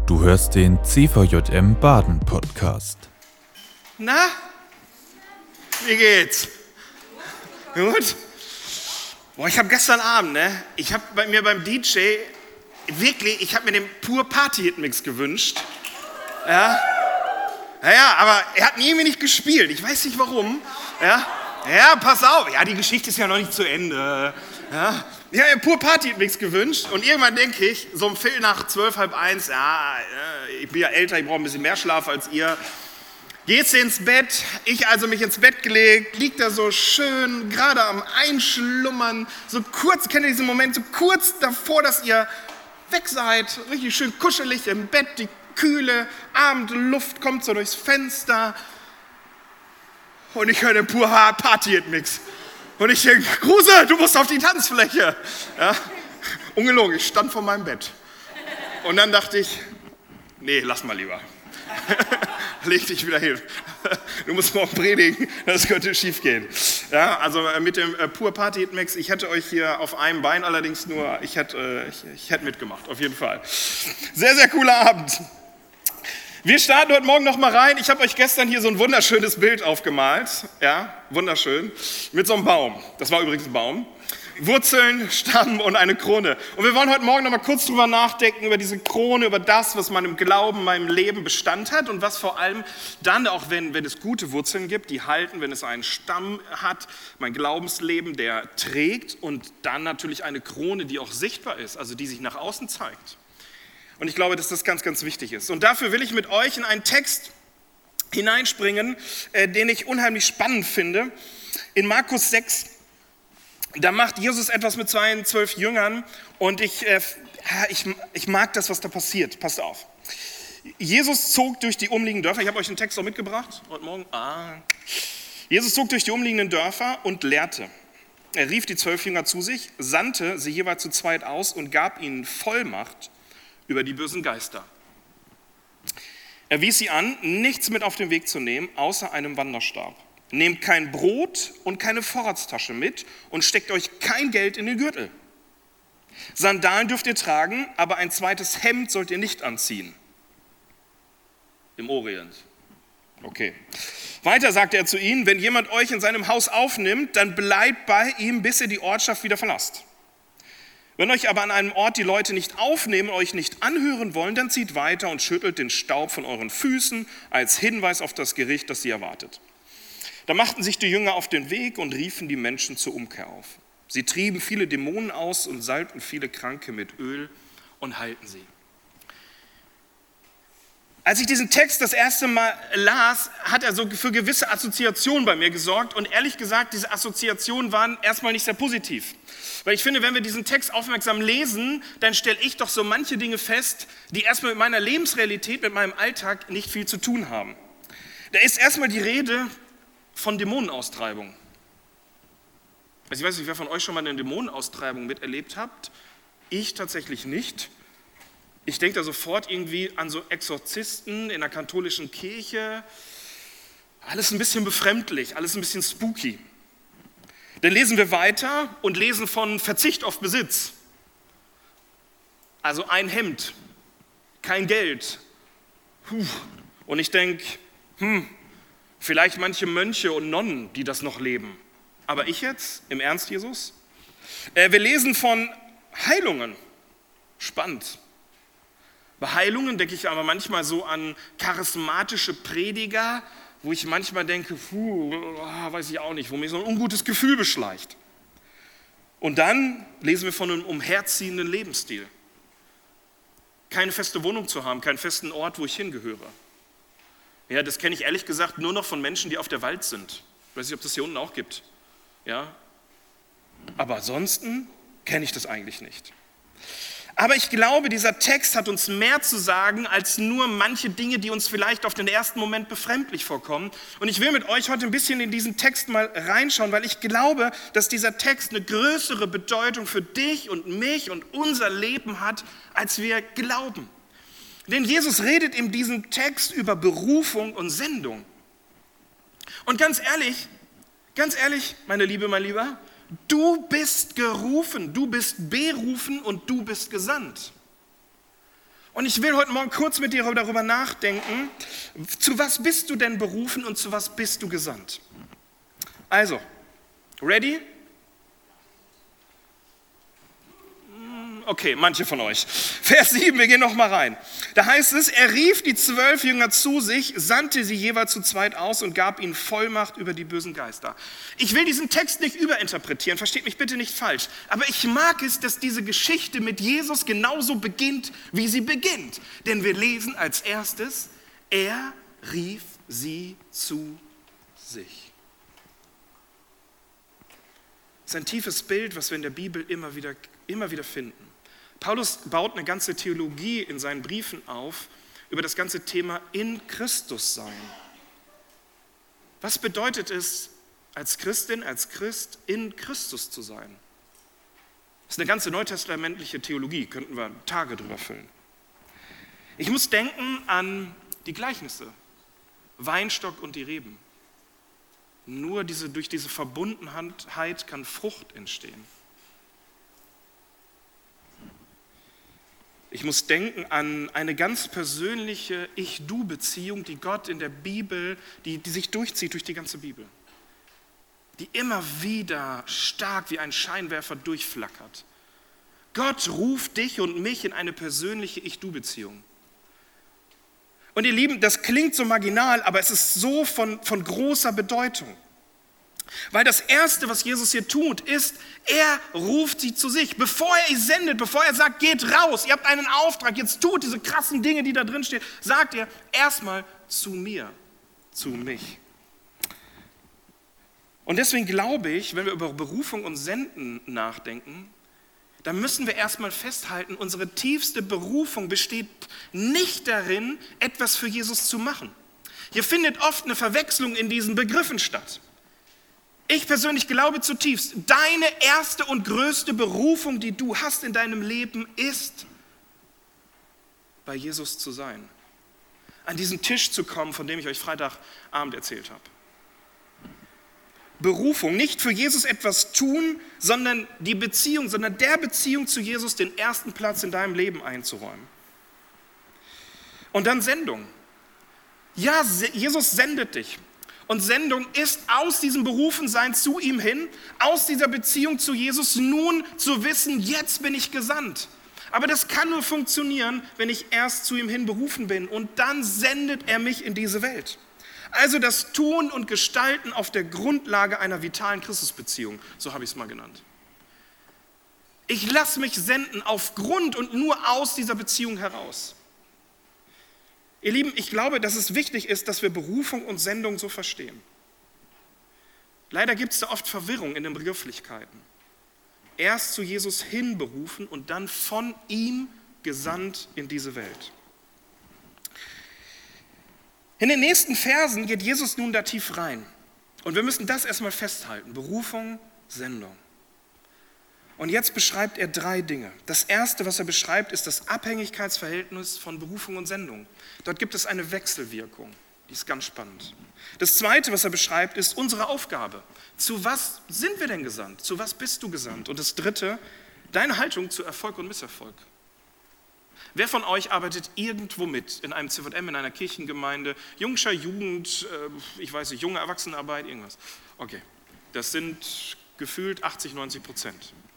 Du hörst den CVJM Baden Podcast. Na, wie geht's? Gut? Boah, ich habe gestern Abend, ich habe bei mir beim DJ ich habe mir den Pur Party Hit Mix gewünscht. Ja, aber er hat irgendwie nicht gespielt. Ich weiß nicht warum. Ja, pass auf. Ja, die Geschichte ist ja noch nicht zu Ende. Ja. Ich habe mir Pur Party Hit Mix gewünscht und irgendwann denke ich, so um Viertel nach 12, halb eins, ich bin ja älter, ich brauche ein bisschen mehr Schlaf als ihr. Geht's ins Bett, ich also mich ins Bett gelegt, liegt da so schön, gerade am Einschlummern, so kurz, kennt ihr diesen Moment, so kurz davor, dass ihr weg seid, richtig schön kuschelig im Bett, die kühle Abendluft kommt so durchs Fenster und ich höre den Pur Party Hit Mix. Und ich denke, Kruse, du musst auf die Tanzfläche. Ja? Ungelogen, ich stand vor meinem Bett. Und dann dachte ich, nee, lass mal lieber. Leg dich wieder hin. Du musst morgen predigen, das könnte schief gehen. Ja, also mit dem Pur Party Hit Mix, ich hätte euch hier auf einem Bein allerdings nur, ich hätte mitgemacht, auf jeden Fall. Sehr, sehr cooler Abend. Wir starten heute Morgen noch mal rein. Ich habe euch gestern hier so ein wunderschönes Bild aufgemalt. Ja, wunderschön. Mit so einem Baum. Das war übrigens ein Baum. Wurzeln, Stamm und eine Krone. Und wir wollen heute Morgen noch mal kurz drüber nachdenken, über diese Krone, über das, was meinem Glauben, meinem Leben Bestand hat und was vor allem dann, auch wenn es gute Wurzeln gibt, die halten, wenn es einen Stamm hat, mein Glaubensleben, der trägt und dann natürlich eine Krone, die auch sichtbar ist, also die sich nach außen zeigt. Und ich glaube, dass das ganz, ganz wichtig ist. Und dafür will ich mit euch in einen Text hineinspringen, den ich unheimlich spannend finde. In Markus 6, da macht Jesus etwas mit 12 Jüngern und ich mag das, was da passiert. Passt auf. Jesus zog durch die umliegenden Dörfer. Ich habe euch einen Text auch mitgebracht heute Morgen. Jesus zog durch die umliegenden Dörfer und lehrte. Er rief die 12 Jünger zu sich, sandte sie jeweils zu zweit aus und gab ihnen Vollmacht über die bösen Geister. Er wies sie an, nichts mit auf den Weg zu nehmen, außer einem Wanderstab. Nehmt kein Brot und keine Vorratstasche mit und steckt euch kein Geld in den Gürtel. Sandalen dürft ihr tragen, aber ein zweites Hemd sollt ihr nicht anziehen. Im Orient. Okay. Weiter sagte er zu ihnen, wenn jemand euch in seinem Haus aufnimmt, dann bleibt bei ihm, bis ihr die Ortschaft wieder verlasst. Wenn euch aber an einem Ort die Leute nicht aufnehmen, euch nicht anhören wollen, dann zieht weiter und schüttelt den Staub von euren Füßen als Hinweis auf das Gericht, das sie erwartet. Da machten sich die Jünger auf den Weg und riefen die Menschen zur Umkehr auf. Sie trieben viele Dämonen aus und salbten viele Kranke mit Öl und heilten sie. Als ich diesen Text das erste Mal las, hat er so für gewisse Assoziationen bei mir gesorgt. Und ehrlich gesagt, diese Assoziationen waren erstmal nicht sehr positiv. Weil ich finde, wenn wir diesen Text aufmerksam lesen, dann stelle ich doch so manche Dinge fest, die erstmal mit meiner Lebensrealität, mit meinem Alltag nicht viel zu tun haben. Da ist erstmal die Rede von Dämonenaustreibung. Also ich weiß nicht, wer von euch schon mal eine Dämonenaustreibung miterlebt habt. Ich tatsächlich nicht. Ich denke da sofort irgendwie an so Exorzisten in der katholischen Kirche. Alles ein bisschen befremdlich, alles ein bisschen spooky. Dann lesen wir weiter und lesen von Verzicht auf Besitz. Also ein Hemd, kein Geld. Und ich denke, vielleicht manche Mönche und Nonnen, die das noch leben. Aber ich jetzt? Im Ernst, Jesus? Wir lesen von Heilungen. Spannend. Bei Heilungen denke ich aber manchmal so an charismatische Prediger, wo ich manchmal denke, weiß ich auch nicht, wo mir so ein ungutes Gefühl beschleicht. Und dann lesen wir von einem umherziehenden Lebensstil. Keine feste Wohnung zu haben, keinen festen Ort, wo ich hingehöre. Ja, das kenne ich ehrlich gesagt nur noch von Menschen, die auf der Wald sind. Ich weiß nicht, ob das hier unten auch gibt. Ja? Aber ansonsten kenne ich das eigentlich nicht. Aber ich glaube, dieser Text hat uns mehr zu sagen, als nur manche Dinge, die uns vielleicht auf den ersten Moment befremdlich vorkommen. Und ich will mit euch heute ein bisschen in diesen Text mal reinschauen, weil ich glaube, dass dieser Text eine größere Bedeutung für dich und mich und unser Leben hat, als wir glauben. Denn Jesus redet in diesem Text über Berufung und Sendung. Und ganz ehrlich, meine Liebe, mein Lieber, du bist gerufen, du bist berufen und du bist gesandt. Und ich will heute Morgen kurz mit dir darüber nachdenken, zu was bist du denn berufen und zu was bist du gesandt? Also, ready? Okay, manche von euch. Vers 7, wir gehen noch mal rein. Da heißt es, er rief die 12 Jünger zu sich, sandte sie jeweils zu zweit aus und gab ihnen Vollmacht über die bösen Geister. Ich will diesen Text nicht überinterpretieren, versteht mich bitte nicht falsch. Aber ich mag es, dass diese Geschichte mit Jesus genauso beginnt, wie sie beginnt. Denn wir lesen als erstes, er rief sie zu sich. Das ist ein tiefes Bild, was wir in der Bibel immer wieder finden. Paulus baut eine ganze Theologie in seinen Briefen auf über das ganze Thema in Christus sein. Was bedeutet es, als Christin, als Christ in Christus zu sein? Das ist eine ganze neutestamentliche Theologie, könnten wir Tage drüber füllen. Ich muss denken an die Gleichnisse, Weinstock und die Reben. Nur durch diese Verbundenheit kann Frucht entstehen. Ich muss denken an eine ganz persönliche Ich-Du-Beziehung, die Gott in der Bibel, die sich durchzieht durch die ganze Bibel. Die immer wieder stark wie ein Scheinwerfer durchflackert. Gott ruft dich und mich in eine persönliche Ich-Du-Beziehung. Und ihr Lieben, das klingt so marginal, aber es ist so von großer Bedeutung. Weil das Erste, was Jesus hier tut, ist, er ruft sie zu sich. Bevor er sie sendet, bevor er sagt, geht raus, ihr habt einen Auftrag, jetzt tut diese krassen Dinge, die da drin stehen, sagt er erstmal zu mir, zu mich. Und deswegen glaube ich, wenn wir über Berufung und Senden nachdenken, dann müssen wir erstmal festhalten, unsere tiefste Berufung besteht nicht darin, etwas für Jesus zu machen. Hier findet oft eine Verwechslung in diesen Begriffen statt. Ich persönlich glaube zutiefst, deine erste und größte Berufung, die du hast in deinem Leben, ist, bei Jesus zu sein. An diesen Tisch zu kommen, von dem ich euch Freitagabend erzählt habe. Berufung, nicht für Jesus etwas tun, sondern der Beziehung zu Jesus den ersten Platz in deinem Leben einzuräumen. Und dann Sendung. Ja, Jesus sendet dich. Und Sendung ist aus diesem Berufensein zu ihm hin, aus dieser Beziehung zu Jesus nun zu wissen, jetzt bin ich gesandt. Aber das kann nur funktionieren, wenn ich erst zu ihm hin berufen bin und dann sendet er mich in diese Welt. Also das Tun und Gestalten auf der Grundlage einer vitalen Christusbeziehung, so habe ich es mal genannt. Ich lasse mich senden aufgrund und nur aus dieser Beziehung heraus. Ihr Lieben, ich glaube, dass es wichtig ist, dass wir Berufung und Sendung so verstehen. Leider gibt es da oft Verwirrung in den Begrifflichkeiten. Erst zu Jesus hin berufen und dann von ihm gesandt in diese Welt. In den nächsten Versen geht Jesus nun da tief rein. Und wir müssen das erstmal festhalten. Berufung, Sendung. Und jetzt beschreibt er 3 Dinge. Das erste, was er beschreibt, ist das Abhängigkeitsverhältnis von Berufung und Sendung. Dort gibt es eine Wechselwirkung. Die ist ganz spannend. Das zweite, was er beschreibt, ist unsere Aufgabe. Zu was sind wir denn gesandt? Zu was bist du gesandt? Und das dritte, deine Haltung zu Erfolg und Misserfolg. Wer von euch arbeitet irgendwo mit? In einem CVM, in einer Kirchengemeinde, Jungscher Jugend, ich weiß nicht, junge Erwachsenenarbeit, irgendwas. Okay, das sind gefühlt 80-90%.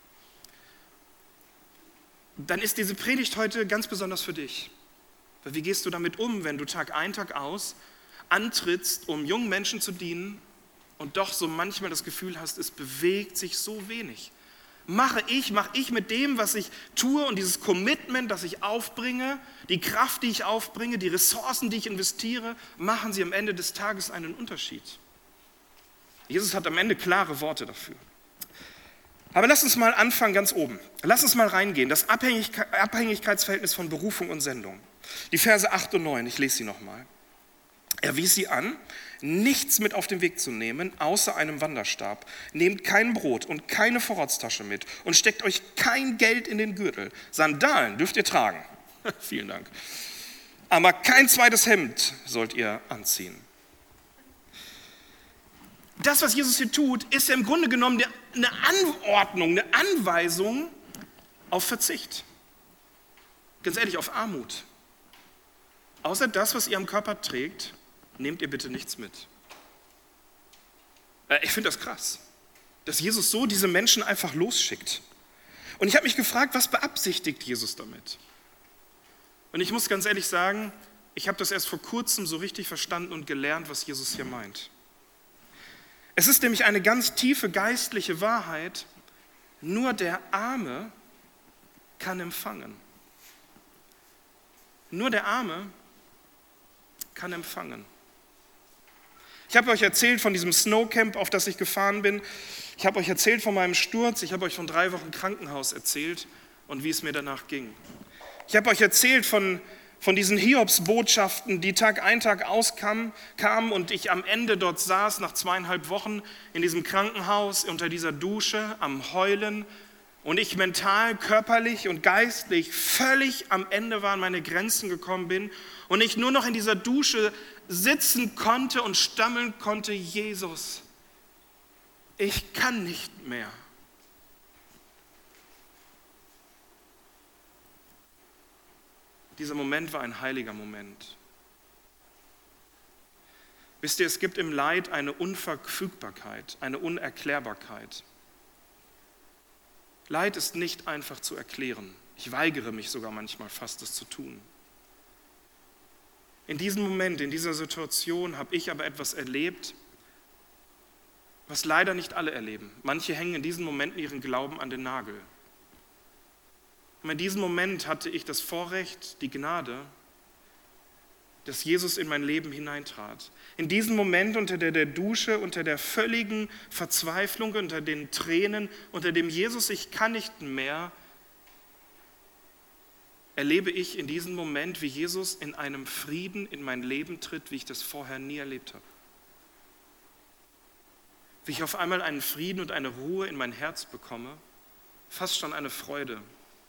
Dann ist diese Predigt heute ganz besonders für dich. Weil wie gehst du damit um, wenn du Tag ein, Tag aus antrittst, um jungen Menschen zu dienen und doch so manchmal das Gefühl hast, es bewegt sich so wenig. Mache ich mit dem, was ich tue und dieses Commitment, das ich aufbringe, die Kraft, die ich aufbringe, die Ressourcen, die ich investiere, machen sie am Ende des Tages einen Unterschied. Jesus hat am Ende klare Worte dafür. Aber lass uns mal anfangen ganz oben. Lass uns mal reingehen, das Abhängigkeitsverhältnis von Berufung und Sendung. Die Verse 8 und 9, ich lese sie nochmal. Er wies sie an, nichts mit auf den Weg zu nehmen, außer einem Wanderstab. Nehmt kein Brot und keine Vorratstasche mit und steckt euch kein Geld in den Gürtel. Sandalen dürft ihr tragen. Vielen Dank. Aber kein zweites Hemd sollt ihr anziehen. Das, was Jesus hier tut, ist ja im Grunde genommen eine Anordnung, eine Anweisung auf Verzicht. Ganz ehrlich, auf Armut. außer das, was ihr am Körper trägt, nehmt ihr bitte nichts mit. Ich finde das krass, dass Jesus so diese Menschen einfach losschickt. Und ich habe mich gefragt, was beabsichtigt Jesus damit? Und ich muss ganz ehrlich sagen, ich habe das erst vor kurzem so richtig verstanden und gelernt, was Jesus hier meint. Es ist nämlich eine ganz tiefe geistliche Wahrheit, nur der Arme kann empfangen. Nur der Arme kann empfangen. Ich habe euch erzählt von diesem Snowcamp, auf das ich gefahren bin. Ich habe euch erzählt von meinem Sturz. Ich habe euch von 3 Wochen Krankenhaus erzählt und wie es mir danach ging. Ich habe euch erzählt von diesen Hiobsbotschaften, die Tag ein, Tag auskamen und ich am Ende dort saß, nach 2,5 Wochen in diesem Krankenhaus unter dieser Dusche am Heulen und ich mental, körperlich und geistlich völlig am Ende war, an meine Grenzen gekommen bin und ich nur noch in dieser Dusche sitzen konnte und stammeln konnte: Jesus, ich kann nicht mehr. Dieser Moment war ein heiliger Moment. Wisst ihr, es gibt im Leid eine Unverfügbarkeit, eine Unerklärbarkeit. Leid ist nicht einfach zu erklären. Ich weigere mich sogar manchmal fast, es zu tun. In diesem Moment, in dieser Situation habe ich aber etwas erlebt, was leider nicht alle erleben. Manche hängen in diesen Momenten ihren Glauben an den Nagel. Und in diesem Moment hatte ich das Vorrecht, die Gnade, dass Jesus in mein Leben hineintrat. In diesem Moment unter der Dusche, unter der völligen Verzweiflung, unter den Tränen, unter dem Jesus, ich kann nicht mehr, erlebe ich in diesem Moment, wie Jesus in einem Frieden in mein Leben tritt, wie ich das vorher nie erlebt habe. Wie ich auf einmal einen Frieden und eine Ruhe in mein Herz bekomme, fast schon eine Freude,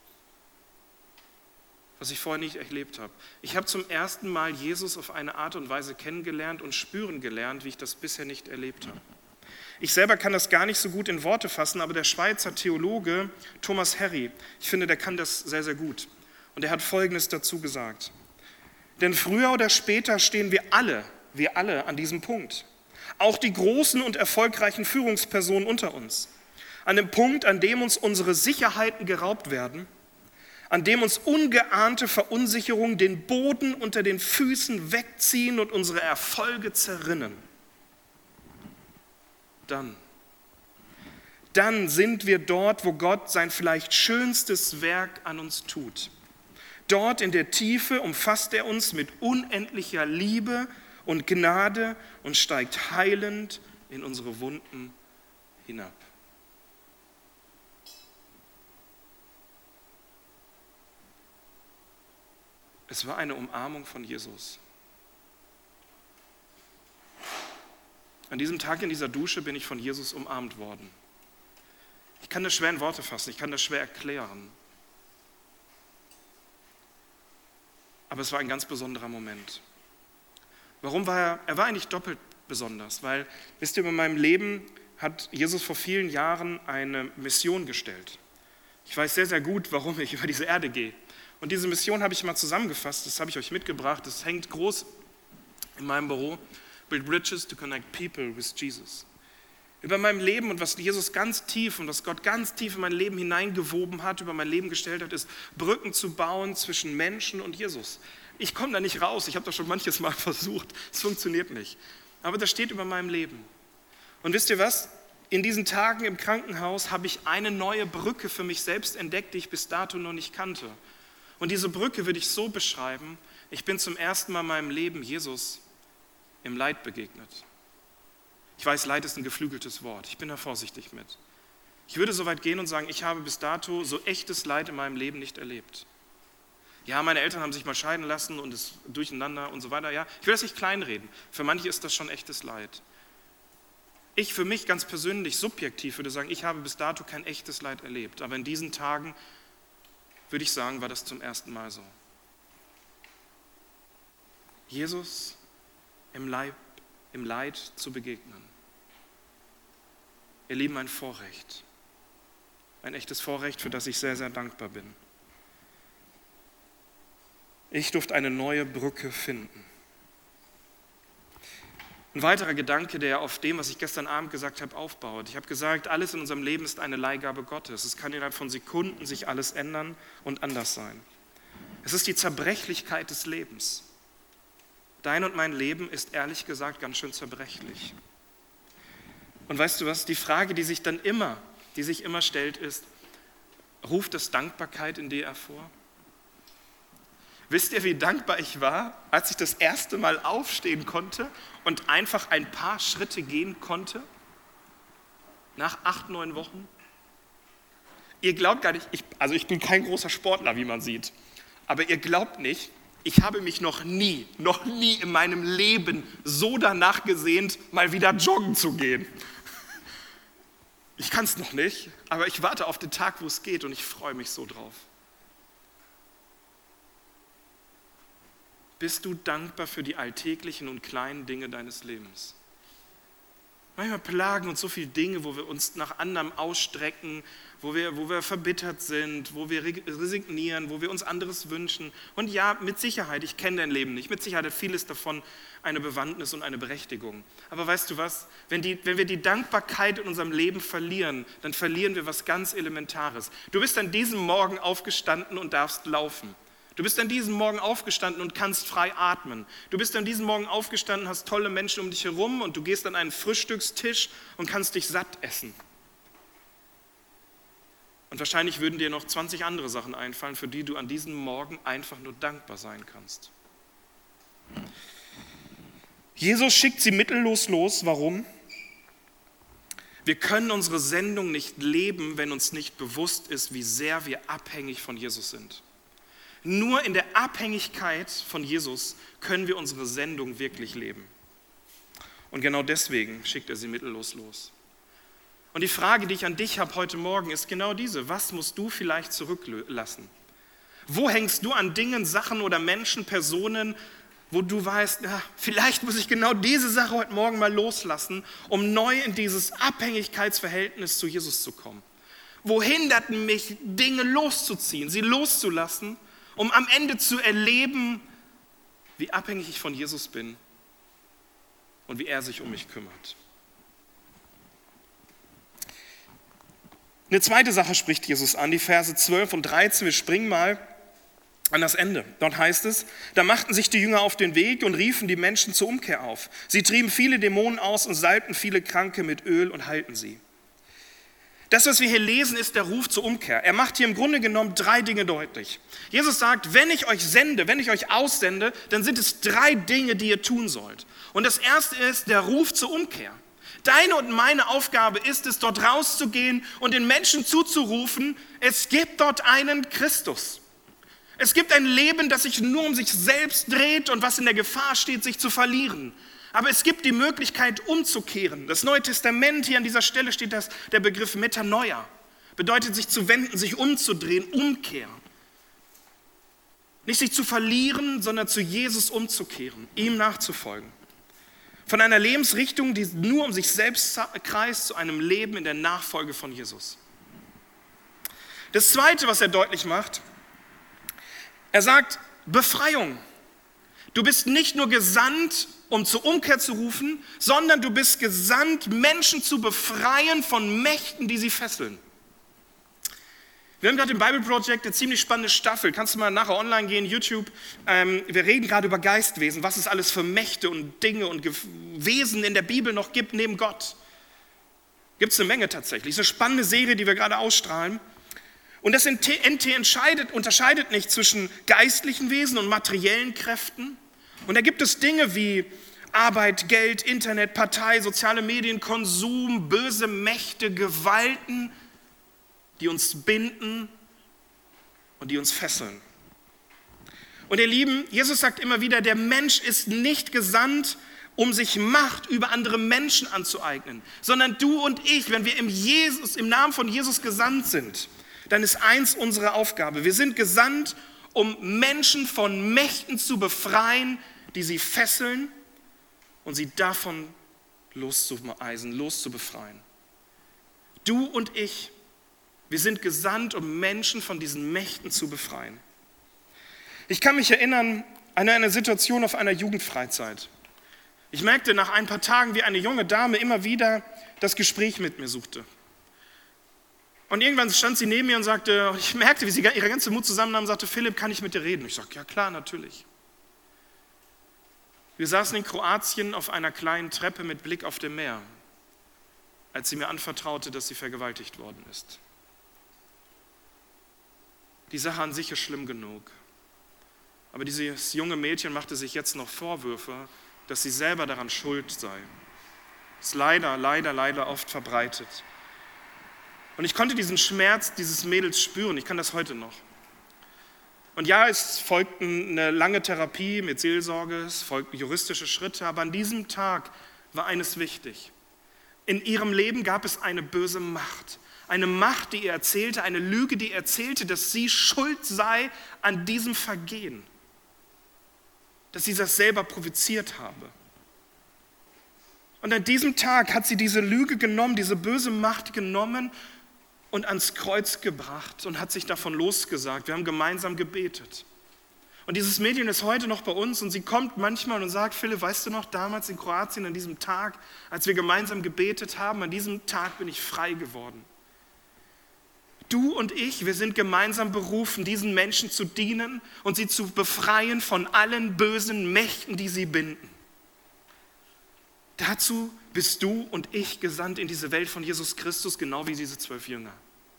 was ich vorher nicht erlebt habe. Ich habe zum ersten Mal Jesus auf eine Art und Weise kennengelernt und spüren gelernt, wie ich das bisher nicht erlebt habe. Ich selber kann das gar nicht so gut in Worte fassen, aber der Schweizer Theologe Thomas Harry, ich finde, der kann das sehr, sehr gut. Und er hat Folgendes dazu gesagt: Denn früher oder später stehen wir alle an diesem Punkt. Auch die großen und erfolgreichen Führungspersonen unter uns. An dem Punkt, an dem uns unsere Sicherheiten geraubt werden, an dem uns ungeahnte Verunsicherungen den Boden unter den Füßen wegziehen und unsere Erfolge zerrinnen. Dann sind wir dort, wo Gott sein vielleicht schönstes Werk an uns tut. Dort in der Tiefe umfasst er uns mit unendlicher Liebe und Gnade und steigt heilend in unsere Wunden hinab. Es war eine Umarmung von Jesus. An diesem Tag in dieser Dusche bin ich von Jesus umarmt worden. Ich kann das schwer in Worte fassen, ich kann das schwer erklären. Aber es war ein ganz besonderer Moment. Warum war er? Er war eigentlich doppelt besonders, weil, wisst ihr, in meinem Leben hat Jesus vor vielen Jahren eine Mission gestellt. Ich weiß sehr, sehr gut, warum ich über diese Erde gehe. Und diese Mission habe ich mal zusammengefasst, das habe ich euch mitgebracht, das hängt groß in meinem Büro. Build bridges to connect people with Jesus. Über mein Leben und was Jesus ganz tief und was Gott ganz tief in mein Leben hineingewoben hat, über mein Leben gestellt hat, ist Brücken zu bauen zwischen Menschen und Jesus. Ich komme da nicht raus, ich habe das schon manches Mal versucht, es funktioniert nicht. Aber das steht über meinem Leben. Und wisst ihr was? In diesen Tagen im Krankenhaus habe ich eine neue Brücke für mich selbst entdeckt, die ich bis dato noch nicht kannte. Und diese Brücke würde ich so beschreiben: Ich bin zum ersten Mal in meinem Leben Jesus im Leid begegnet. Ich weiß, Leid ist ein geflügeltes Wort, ich bin da vorsichtig mit. Ich würde so weit gehen und sagen, ich habe bis dato so echtes Leid in meinem Leben nicht erlebt. Ja, meine Eltern haben sich mal scheiden lassen und es durcheinander und so weiter. Ja, ich will das nicht kleinreden, für manche ist das schon echtes Leid. Ich für mich ganz persönlich, subjektiv würde sagen, ich habe bis dato kein echtes Leid erlebt, aber in diesen Tagen würde ich sagen, war das zum ersten Mal so. Jesus im Leid zu begegnen. Ihr Lieben, ein Vorrecht. Ein echtes Vorrecht, für das ich sehr, sehr dankbar bin. Ich durfte eine neue Brücke finden. Ein weiterer Gedanke, der auf dem, was ich gestern Abend gesagt habe, aufbaut. Ich habe gesagt, alles in unserem Leben ist eine Leihgabe Gottes. Es kann innerhalb von Sekunden sich alles ändern und anders sein. Es ist die Zerbrechlichkeit des Lebens. Dein und mein Leben ist ehrlich gesagt ganz schön zerbrechlich. Und weißt du was, die Frage, die sich immer stellt, ist, ruft es Dankbarkeit in dir hervor? Wisst ihr, wie dankbar ich war, als ich das erste Mal aufstehen konnte und einfach ein paar Schritte gehen konnte? Nach 8, 9 Wochen? Ihr glaubt gar nicht, ich bin kein großer Sportler, wie man sieht, aber ihr glaubt nicht, ich habe mich noch nie in meinem Leben so danach gesehnt, mal wieder joggen zu gehen. Ich kann es noch nicht, aber ich warte auf den Tag, wo es geht und ich freue mich so drauf. Bist du dankbar für die alltäglichen und kleinen Dinge deines Lebens? Manchmal plagen uns so viele Dinge, wo wir uns nach anderem ausstrecken, wo wir verbittert sind, wo wir resignieren, wo wir uns anderes wünschen. Und ja, mit Sicherheit, ich kenne dein Leben nicht, mit Sicherheit hat vieles davon eine Bewandtnis und eine Berechtigung. Aber weißt du was, wenn wir die Dankbarkeit in unserem Leben verlieren, dann verlieren wir was ganz Elementares. Du bist an diesem Morgen aufgestanden und darfst laufen. Du bist an diesem Morgen aufgestanden und kannst frei atmen. Du bist an diesem Morgen aufgestanden, hast tolle Menschen um dich herum und du gehst an einen Frühstückstisch und kannst dich satt essen. Und wahrscheinlich würden dir noch 20 andere Sachen einfallen, für die du an diesem Morgen einfach nur dankbar sein kannst. Jesus schickt sie mittellos los. Warum? Wir können unsere Sendung nicht leben, wenn uns nicht bewusst ist, wie sehr wir abhängig von Jesus sind. Nur in der Abhängigkeit von Jesus können wir unsere Sendung wirklich leben. Und genau deswegen schickt er sie mittellos los. Und die Frage, die ich an dich habe heute Morgen, ist genau diese. Was musst du vielleicht zurücklassen? Wo hängst du an Dingen, Sachen oder Menschen, Personen, wo du weißt, ja, vielleicht muss ich genau diese Sache heute Morgen mal loslassen, um neu in dieses Abhängigkeitsverhältnis zu Jesus zu kommen? Wo hinderten mich Dinge loszuziehen, sie loszulassen, um am Ende zu erleben, wie abhängig ich von Jesus bin und wie er sich um mich kümmert. Eine zweite Sache spricht Jesus an, die Verse 12 und 13. Wir springen mal an das Ende. Dort heißt es, da machten sich die Jünger auf den Weg und riefen die Menschen zur Umkehr auf. Sie trieben viele Dämonen aus und salbten viele Kranke mit Öl und heilten sie. Das, was wir hier lesen, ist der Ruf zur Umkehr. Er macht hier im Grunde genommen 3 Dinge deutlich. Jesus sagt, wenn ich euch sende, wenn ich euch aussende, dann sind es 3 Dinge, die ihr tun sollt. Und das erste ist der Ruf zur Umkehr. Deine und meine Aufgabe ist es, dort rauszugehen und den Menschen zuzurufen, es gibt dort einen Christus. Es gibt ein Leben, das sich nur um sich selbst dreht und was in der Gefahr steht, sich zu verlieren. Aber es gibt die Möglichkeit, umzukehren. Das Neue Testament, hier an dieser Stelle steht der Begriff Metanoia. Bedeutet, sich zu wenden, sich umzudrehen, Umkehr. Nicht sich zu verlieren, sondern zu Jesus umzukehren, ihm nachzufolgen. Von einer Lebensrichtung, die nur um sich selbst kreist, zu einem Leben in der Nachfolge von Jesus. Das Zweite, was er deutlich macht, er sagt Befreiung. Du bist nicht nur gesandt, um zur Umkehr zu rufen, sondern du bist gesandt, Menschen zu befreien von Mächten, die sie fesseln. Wir haben gerade im Bible Project eine ziemlich spannende Staffel. Kannst du mal nachher online gehen, YouTube. Wir reden gerade über Geistwesen, was es alles für Mächte und Dinge und Wesen in der Bibel noch gibt neben Gott. Gibt es eine Menge tatsächlich. Es ist eine spannende Serie, die wir gerade ausstrahlen. Und das NT unterscheidet nicht zwischen geistlichen Wesen und materiellen Kräften. Und da gibt es Dinge wie Arbeit, Geld, Internet, Partei, soziale Medien, Konsum, böse Mächte, Gewalten, die uns binden und die uns fesseln. Und ihr Lieben, Jesus sagt immer wieder, der Mensch ist nicht gesandt, um sich Macht über andere Menschen anzueignen, sondern du und ich, wenn wir im Namen von Jesus gesandt sind, dann ist eins unsere Aufgabe. Wir sind gesandt, um Menschen von Mächten zu befreien, die sie fesseln und sie davon loszubefreien. Du und ich, wir sind gesandt, um Menschen von diesen Mächten zu befreien. Ich kann mich erinnern an eine Situation auf einer Jugendfreizeit. Ich merkte nach ein paar Tagen, wie eine junge Dame immer wieder das Gespräch mit mir suchte. Und irgendwann stand sie neben mir und sagte, und ich merkte, wie sie ihre ganze Mut zusammennahm und sagte, Philipp, kann ich mit dir reden? Ich sagte, ja klar, natürlich. Wir saßen in Kroatien auf einer kleinen Treppe mit Blick auf dem Meer, als sie mir anvertraute, dass sie vergewaltigt worden ist. Die Sache an sich ist schlimm genug. Aber dieses junge Mädchen machte sich jetzt noch Vorwürfe, dass sie selber daran schuld sei. Das ist leider oft verbreitet. Und ich konnte diesen Schmerz dieses Mädels spüren, ich kann das heute noch. Und ja, es folgten eine lange Therapie mit Seelsorge, es folgten juristische Schritte, aber an diesem Tag war eines wichtig. In ihrem Leben gab es eine böse Macht. Eine Macht, die ihr erzählte, eine Lüge, die erzählte, dass sie schuld sei an diesem Vergehen. Dass sie das selber provoziert habe. Und an diesem Tag hat sie diese Lüge genommen, diese böse Macht genommen und ans Kreuz gebracht und hat sich davon losgesagt. Wir haben gemeinsam gebetet. Und dieses Mädchen ist heute noch bei uns und sie kommt manchmal und sagt, Philipp, weißt du noch, damals in Kroatien an diesem Tag, als wir gemeinsam gebetet haben, an diesem Tag bin ich frei geworden. Du und ich, wir sind gemeinsam berufen, diesen Menschen zu dienen und sie zu befreien von allen bösen Mächten, die sie binden. Dazu bist du und ich gesandt in diese Welt von Jesus Christus, genau wie diese 12 Jünger.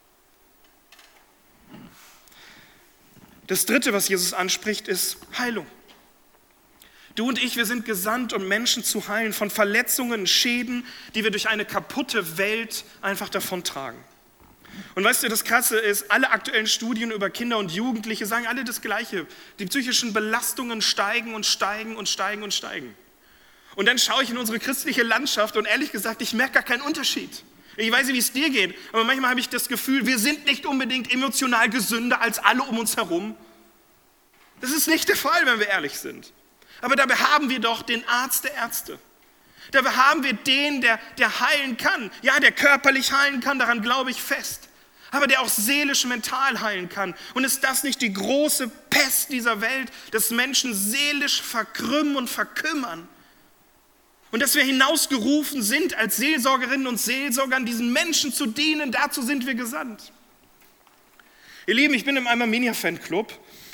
Das Dritte, was Jesus anspricht, ist Heilung. Du und ich, wir sind gesandt, um Menschen zu heilen von Verletzungen, Schäden, die wir durch eine kaputte Welt einfach davontragen. Und weißt du, das Krasse ist, alle aktuellen Studien über Kinder und Jugendliche sagen alle das Gleiche. Die psychischen Belastungen steigen und steigen und steigen und steigen. Und dann schaue ich in unsere christliche Landschaft und ehrlich gesagt, ich merke gar keinen Unterschied. Ich weiß nicht, wie es dir geht, aber manchmal habe ich das Gefühl, wir sind nicht unbedingt emotional gesünder als alle um uns herum. Das ist nicht der Fall, wenn wir ehrlich sind. Aber dabei haben wir doch den Arzt der Ärzte. Dabei haben wir den, der heilen kann. Ja, der körperlich heilen kann, daran glaube ich fest. Aber der auch seelisch, mental heilen kann. Und ist das nicht die große Pest dieser Welt, dass Menschen seelisch verkrümmen und verkümmern? Und dass wir hinausgerufen sind, als Seelsorgerinnen und Seelsorgern diesen Menschen zu dienen, dazu sind wir gesandt. Ihr Lieben, ich bin in einem Arminia-Fanclub.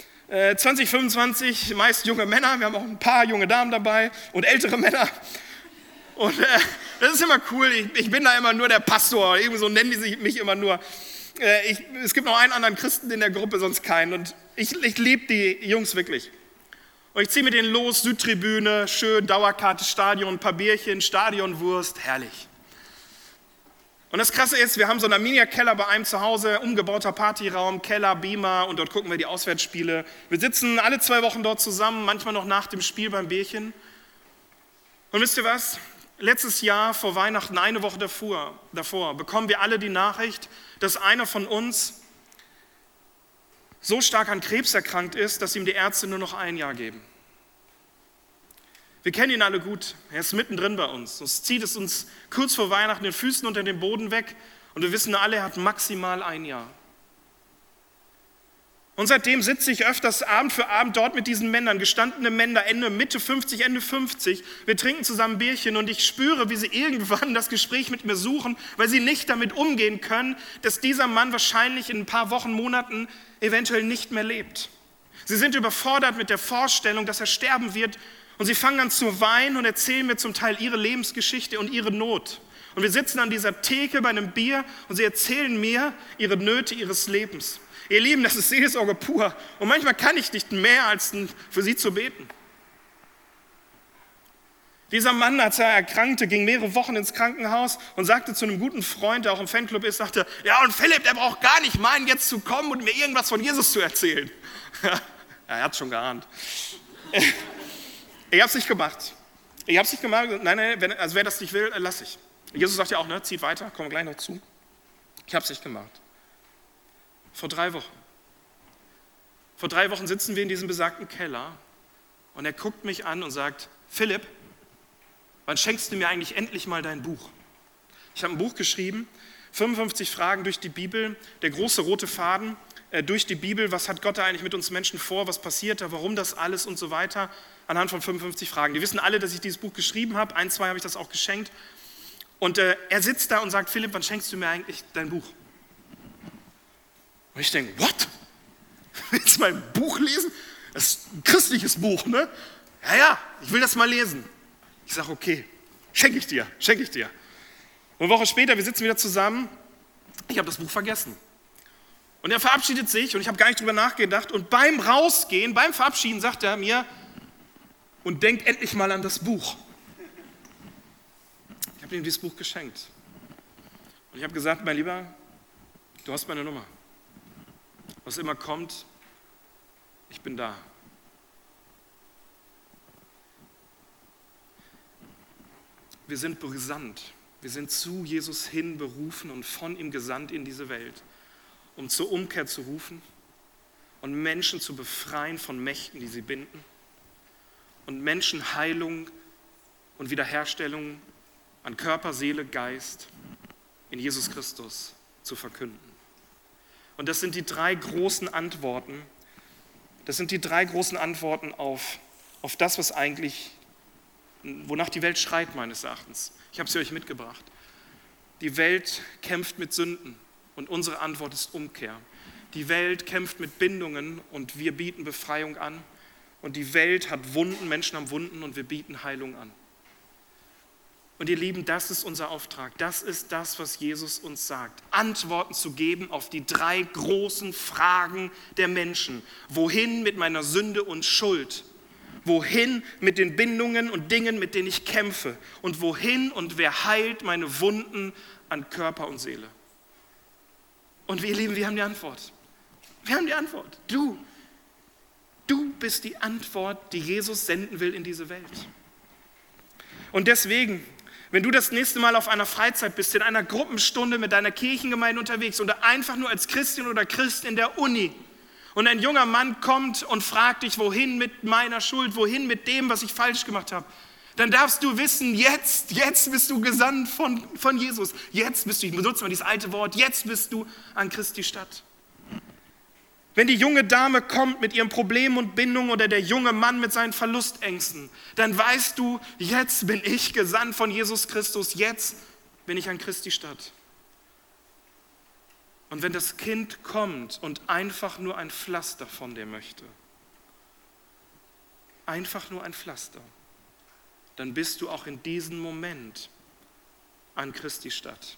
2025 meist junge Männer, wir haben auch ein paar junge Damen dabei und ältere Männer. Und das ist immer cool, ich bin da immer nur der Pastor, irgendwie so nennen die mich immer nur. Es gibt noch einen anderen Christen in der Gruppe, sonst keinen. Und ich liebe die Jungs wirklich. Und ich ziehe mit denen los, Südtribüne, schön, Dauerkarte, Stadion, ein paar Bierchen, Stadionwurst, herrlich. Und das Krasse ist, wir haben so einen Arminia-Keller bei einem zu Hause, umgebauter Partyraum, Keller, Beamer und dort gucken wir die Auswärtsspiele. Wir sitzen alle 2 Wochen dort zusammen, manchmal noch nach dem Spiel beim Bierchen. Und wisst ihr was? Letztes Jahr vor Weihnachten, eine Woche davor, bekommen wir alle die Nachricht, dass einer von uns so stark an Krebs erkrankt ist, dass ihm die Ärzte nur noch 1 Jahr geben. Wir kennen ihn alle gut, er ist mittendrin bei uns. Es zieht es uns kurz vor Weihnachten den Füßen unter den Boden weg und wir wissen alle, er hat maximal 1 Jahr. Und seitdem sitze ich öfters Abend für Abend dort mit diesen Männern, gestandene Männer, Mitte 50, Ende 50. Wir trinken zusammen Bierchen und ich spüre, wie sie irgendwann das Gespräch mit mir suchen, weil sie nicht damit umgehen können, dass dieser Mann wahrscheinlich in ein paar Wochen, Monaten eventuell nicht mehr lebt. Sie sind überfordert mit der Vorstellung, dass er sterben wird und sie fangen an zu weinen und erzählen mir zum Teil ihre Lebensgeschichte und ihre Not. Und wir sitzen an dieser Theke bei einem Bier und sie erzählen mir ihre Nöte ihres Lebens. Ihr Lieben, das ist Seelsorge pur. Und manchmal kann ich nicht mehr, als für sie zu beten. Dieser Mann, als er erkrankte, ging mehrere Wochen ins Krankenhaus und sagte zu einem guten Freund, der auch im Fanclub ist, sagte, ja, und Philipp, der braucht gar nicht meinen, jetzt zu kommen und mir irgendwas von Jesus zu erzählen. Er hat es schon geahnt. Ich habe es nicht gemacht. Nein, also wer das nicht will, lass ich. Jesus sagt ja auch, ne, zieht weiter, kommen wir gleich noch zu. Ich habe es nicht gemacht. Vor 3 Wochen. Vor 3 Wochen sitzen wir in diesem besagten Keller und er guckt mich an und sagt, Philipp, wann schenkst du mir eigentlich endlich mal dein Buch? Ich habe ein Buch geschrieben, 55 Fragen durch die Bibel, der große rote Faden, durch die Bibel, was hat Gott da eigentlich mit uns Menschen vor, was passiert da, warum das alles und so weiter, anhand von 55 Fragen. Die wissen alle, dass ich dieses Buch geschrieben habe, 1, 2 habe ich das auch geschenkt. Und er sitzt da und sagt, Philipp, wann schenkst du mir eigentlich dein Buch? Und ich denke, what? Willst du mein Buch lesen? Das ist ein christliches Buch, ne? Ja, ich will das mal lesen. Ich sage, okay, schenke ich dir. Und eine Woche später, wir sitzen wieder zusammen, ich habe das Buch vergessen. Und er verabschiedet sich und ich habe gar nicht drüber nachgedacht. Und beim Rausgehen, beim Verabschieden sagt er mir, und denkt endlich mal an das Buch. Ich habe ihm dieses Buch geschenkt. Und ich habe gesagt, mein Lieber, du hast meine Nummer. Was immer kommt, ich bin da. Wir sind gesandt. Wir sind zu Jesus hin berufen und von ihm gesandt in diese Welt, um zur Umkehr zu rufen und Menschen zu befreien von Mächten, die sie binden und Menschen Heilung und Wiederherstellung an Körper, Seele, Geist in Jesus Christus zu verkünden. Und das sind die 3 großen Antworten. Das sind die 3 großen Antworten auf das, was eigentlich, wonach die Welt schreit, meines Erachtens. Ich habe sie euch mitgebracht. Die Welt kämpft mit Sünden und unsere Antwort ist Umkehr. Die Welt kämpft mit Bindungen und wir bieten Befreiung an. Und die Welt hat Wunden, Menschen haben Wunden und wir bieten Heilung an. Und ihr Lieben, das ist unser Auftrag. Das ist das, was Jesus uns sagt. Antworten zu geben auf die 3 großen Fragen der Menschen. Wohin mit meiner Sünde und Schuld? Wohin mit den Bindungen und Dingen, mit denen ich kämpfe? Und wohin und wer heilt meine Wunden an Körper und Seele? Und wir Lieben, wir haben die Antwort. Wir haben die Antwort. Du bist die Antwort, die Jesus senden will in diese Welt. Und deswegen, wenn du das nächste Mal auf einer Freizeit bist, in einer Gruppenstunde mit deiner Kirchengemeinde unterwegs oder einfach nur als Christin oder Christ in der Uni und ein junger Mann kommt und fragt dich, wohin mit meiner Schuld, wohin mit dem, was ich falsch gemacht habe, dann darfst du wissen, jetzt bist du gesandt von Jesus. Jetzt bist du, ich benutze mal dieses alte Wort, jetzt bist du an Christi Stadt. Wenn die junge Dame kommt mit ihren Problemen und Bindungen oder der junge Mann mit seinen Verlustängsten, dann weißt du, jetzt bin ich gesandt von Jesus Christus, jetzt bin ich an Christi Stadt. Und wenn das Kind kommt und einfach nur ein Pflaster von dir möchte, einfach nur ein Pflaster, dann bist du auch in diesem Moment an Christi Stadt.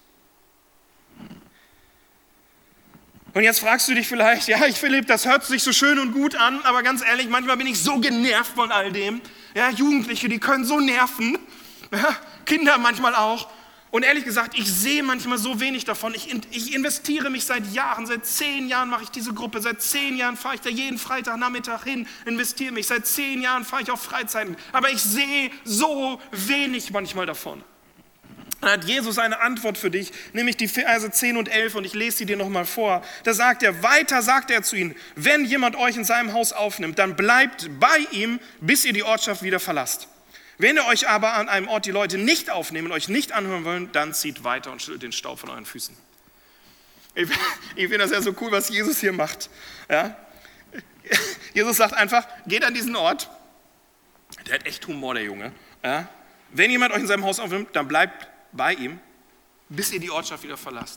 Und jetzt fragst du dich vielleicht, ja, Philipp, das hört sich so schön und gut an, aber ganz ehrlich, manchmal bin ich so genervt von all dem. Ja, Jugendliche, die können so nerven, ja, Kinder manchmal auch. Und ehrlich gesagt, ich sehe manchmal so wenig davon. Ich investiere mich seit Jahren, seit 10 Jahren mache ich diese Gruppe, seit 10 Jahren fahre ich da jeden Freitagnachmittag hin, investiere mich, seit 10 Jahren fahre ich auf Freizeiten. Aber ich sehe so wenig manchmal davon. Dann hat Jesus eine Antwort für dich, nämlich die Verse 10 und 11 und ich lese sie dir nochmal vor. Da sagt er zu ihnen, wenn jemand euch in seinem Haus aufnimmt, dann bleibt bei ihm, bis ihr die Ortschaft wieder verlasst. Wenn ihr euch aber an einem Ort die Leute nicht aufnehmen und euch nicht anhören wollen, dann zieht weiter und schüttelt den Staub von euren Füßen. Ich finde das ja so cool, was Jesus hier macht. Ja? Jesus sagt einfach, geht an diesen Ort. Der hat echt Humor, der Junge. Ja? Wenn jemand euch in seinem Haus aufnimmt, dann bleibt bei ihm, bis ihr die Ortschaft wieder verlasst.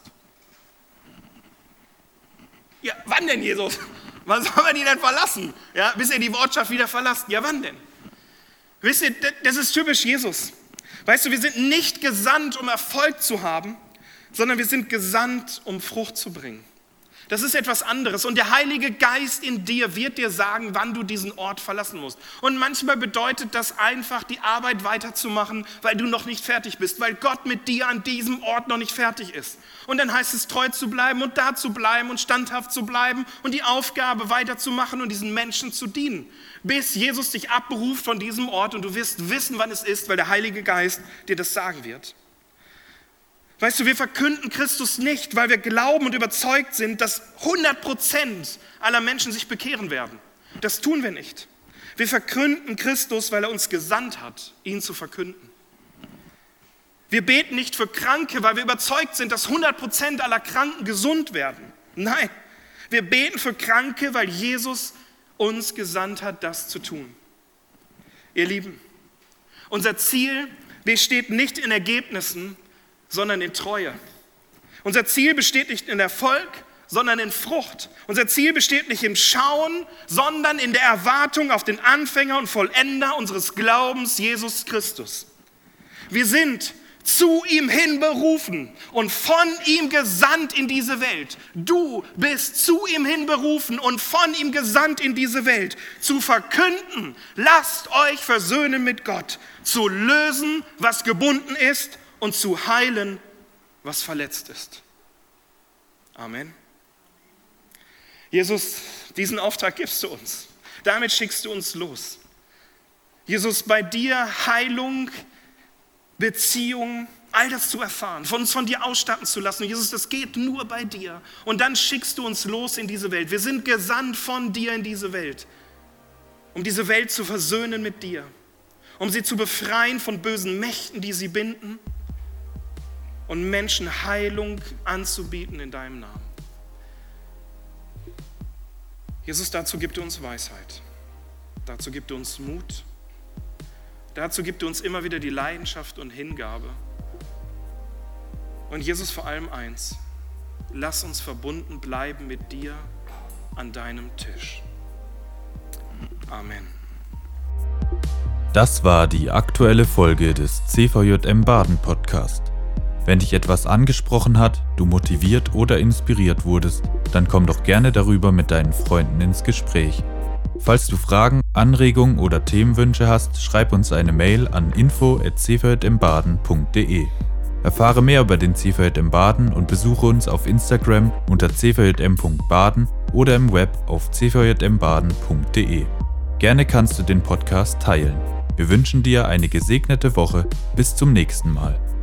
Ja, wann denn, Jesus? Wann soll man die denn verlassen? Ja, bis ihr die Ortschaft wieder verlasst. Ja, wann denn? Wisst ihr, das ist typisch Jesus. Weißt du, wir sind nicht gesandt, um Erfolg zu haben, sondern wir sind gesandt, um Frucht zu bringen. Das ist etwas anderes und der Heilige Geist in dir wird dir sagen, wann du diesen Ort verlassen musst. Und manchmal bedeutet das einfach, die Arbeit weiterzumachen, weil du noch nicht fertig bist, weil Gott mit dir an diesem Ort noch nicht fertig ist. Und dann heißt es, treu zu bleiben und da zu bleiben und standhaft zu bleiben und die Aufgabe weiterzumachen und diesen Menschen zu dienen, bis Jesus dich abberuft von diesem Ort und du wirst wissen, wann es ist, weil der Heilige Geist dir das sagen wird. Weißt du, wir verkünden Christus nicht, weil wir glauben und überzeugt sind, dass 100% aller Menschen sich bekehren werden. Das tun wir nicht. Wir verkünden Christus, weil er uns gesandt hat, ihn zu verkünden. Wir beten nicht für Kranke, weil wir überzeugt sind, dass 100% aller Kranken gesund werden. Nein, Wir beten für Kranke, weil Jesus uns gesandt hat, das zu tun. Ihr Lieben, unser Ziel besteht nicht in Ergebnissen, sondern in Treue. Unser Ziel besteht nicht in Erfolg, sondern in Frucht. Unser Ziel besteht nicht im Schauen, sondern in der Erwartung auf den Anfänger und Vollender unseres Glaubens, Jesus Christus. Wir sind zu ihm hin berufen und von ihm gesandt in diese Welt. Du bist zu ihm hin berufen und von ihm gesandt in diese Welt, zu verkünden, lasst euch versöhnen mit Gott, zu lösen, was gebunden ist und zu heilen, was verletzt ist. Amen. Jesus, diesen Auftrag gibst du uns. Damit schickst du uns los. Jesus, bei dir Heilung, Beziehung, all das zu erfahren, uns von dir ausstatten zu lassen. Jesus, das geht nur bei dir. Und dann schickst du uns los in diese Welt. Wir sind gesandt von dir in diese Welt, um diese Welt zu versöhnen mit dir, um sie zu befreien von bösen Mächten, die sie binden und Menschen Heilung anzubieten in deinem Namen. Jesus, dazu gibt er uns Weisheit, dazu gibt er uns Mut, dazu gibt er uns immer wieder die Leidenschaft und Hingabe. Und Jesus, vor allem eins, lass uns verbunden bleiben mit dir an deinem Tisch. Amen. Das war die aktuelle Folge des CVJM Baden Podcast. Wenn dich etwas angesprochen hat, du motiviert oder inspiriert wurdest, dann komm doch gerne darüber mit deinen Freunden ins Gespräch. Falls du Fragen, Anregungen oder Themenwünsche hast, schreib uns eine Mail an info@cvjmbaden.de. Erfahre mehr über den CVJM Baden und besuche uns auf Instagram unter cvjm.baden oder im Web auf cvjmbaden.de. Gerne kannst du den Podcast teilen. Wir wünschen dir eine gesegnete Woche. Bis zum nächsten Mal.